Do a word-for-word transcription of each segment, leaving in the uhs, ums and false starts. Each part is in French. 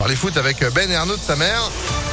parler foot avec Ben et Arnaud de sa mère.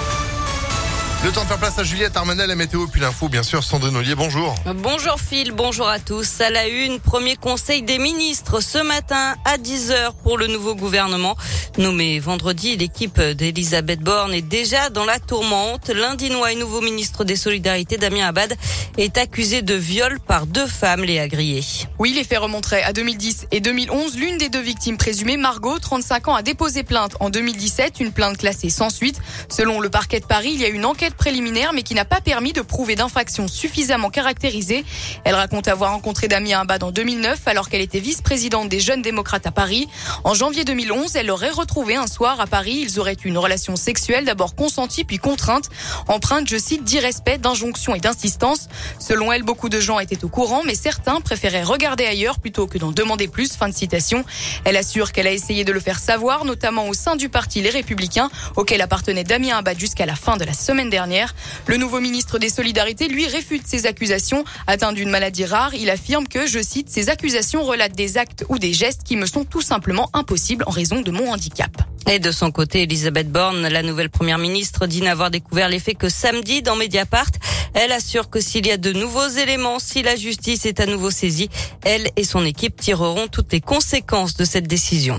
Le temps de faire place à Juliette Armenel, la météo, puis l'info, bien sûr, Sandrine Ollier, bonjour. Bonjour Phil, bonjour à tous. À la une, premier conseil des ministres ce matin à dix heures pour le nouveau gouvernement. Nommé vendredi, l'équipe d'Elisabeth Borne est déjà dans la tourmente. L'Indinois et nouveau ministre des Solidarités, Damien Abad, est accusé de viol par deux femmes, Léa Grillet. Oui, les faits remonteraient à deux mille dix et deux mille onze. L'une des deux victimes présumées, Margot, trente-cinq ans, a déposé plainte en deux mille dix-sept, une plainte classée sans suite. Selon le parquet de Paris, il y a une enquête préliminaire mais qui n'a pas permis de prouver d'infraction suffisamment caractérisée. Elle raconte avoir rencontré Damien Abad en deux mille neuf alors qu'elle était vice-présidente des Jeunes démocrates à Paris. En janvier deux mille onze, elle l'aurait retrouvé un soir à Paris. Ils auraient eu une relation sexuelle d'abord consentie puis contrainte, empreinte, je cite, d'irrespect, d'injonction et d'insistance. Selon elle, beaucoup de gens étaient au courant mais certains préféraient regarder ailleurs plutôt que d'en demander plus. Fin de citation. Elle assure qu'elle a essayé de le faire savoir, notamment au sein du parti Les Républicains, auquel appartenait Damien Abad jusqu'à la fin de la semaine dernière. Le nouveau ministre des Solidarités, lui, réfute ces accusations. Atteint d'une maladie rare, il affirme que, je cite, ces accusations relatent des actes ou des gestes qui me sont tout simplement impossibles en raison de mon handicap. Et de son côté, Elisabeth Borne, la nouvelle première ministre, dit n'avoir découvert les faits que samedi dans Mediapart. Elle assure que s'il y a de nouveaux éléments, si la justice est à nouveau saisie, elle et son équipe tireront toutes les conséquences de cette décision.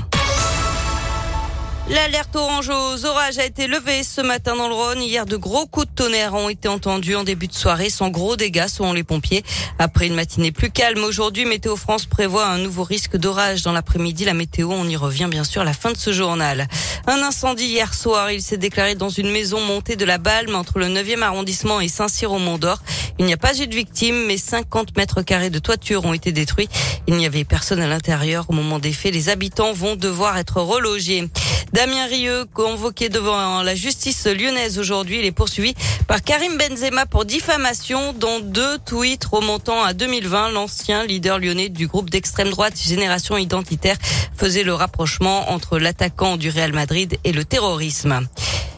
L'alerte orange aux orages a été levée ce matin dans le Rhône. Hier, de gros coups de tonnerre ont été entendus en début de soirée, sans gros dégâts selon les pompiers. Après une matinée plus calme aujourd'hui, Météo France prévoit un nouveau risque d'orage dans l'après-midi. La météo, on y revient bien sûr à la fin de ce journal. Un incendie hier soir, il s'est déclaré dans une maison montée de la Balme entre le neuvième arrondissement et Saint-Cyr-au-Mont-d'Or. Il n'y a pas eu de victimes, mais cinquante mètres carrés de toiture ont été détruits. Il n'y avait personne à l'intérieur au moment des faits. Les habitants vont devoir être relogés. Damien Rieu, convoqué devant la justice lyonnaise aujourd'hui, il est poursuivi par Karim Benzema pour diffamation, dont deux tweets remontant à deux mille vingt. L'ancien leader lyonnais du groupe d'extrême droite Génération Identitaire faisait le rapprochement entre l'attaquant du Real Madrid et le terrorisme.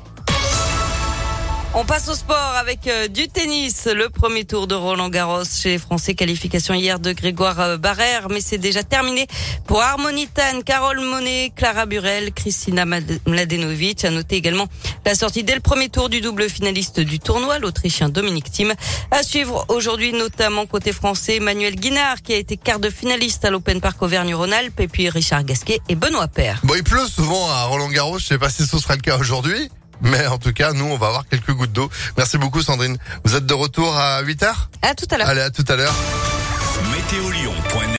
On passe au sport avec euh, du tennis. Le premier tour de Roland-Garros chez les Français. Qualification hier de Grégoire euh, Barrère, mais c'est déjà terminé pour Harmony Tan, Carole Monet, Clara Burel, Kristina Mladenovic. À noter également la sortie dès le premier tour du double finaliste du tournoi, l'Autrichien Dominic Thiem. À suivre aujourd'hui, notamment côté français, Manuel Guinard, qui a été quart de finaliste à l'Open Park Auvergne-Rhône-Alpes, et puis Richard Gasquet et Benoît Paire. Bon, il pleut souvent à Roland-Garros. Je sais pas si ce sera le cas aujourd'hui. Mais en tout cas, nous, on va avoir quelques gouttes d'eau. Merci beaucoup, Sandrine. Vous êtes de retour à huit heures ? À tout à l'heure. Allez, à tout à l'heure. météo lyon point net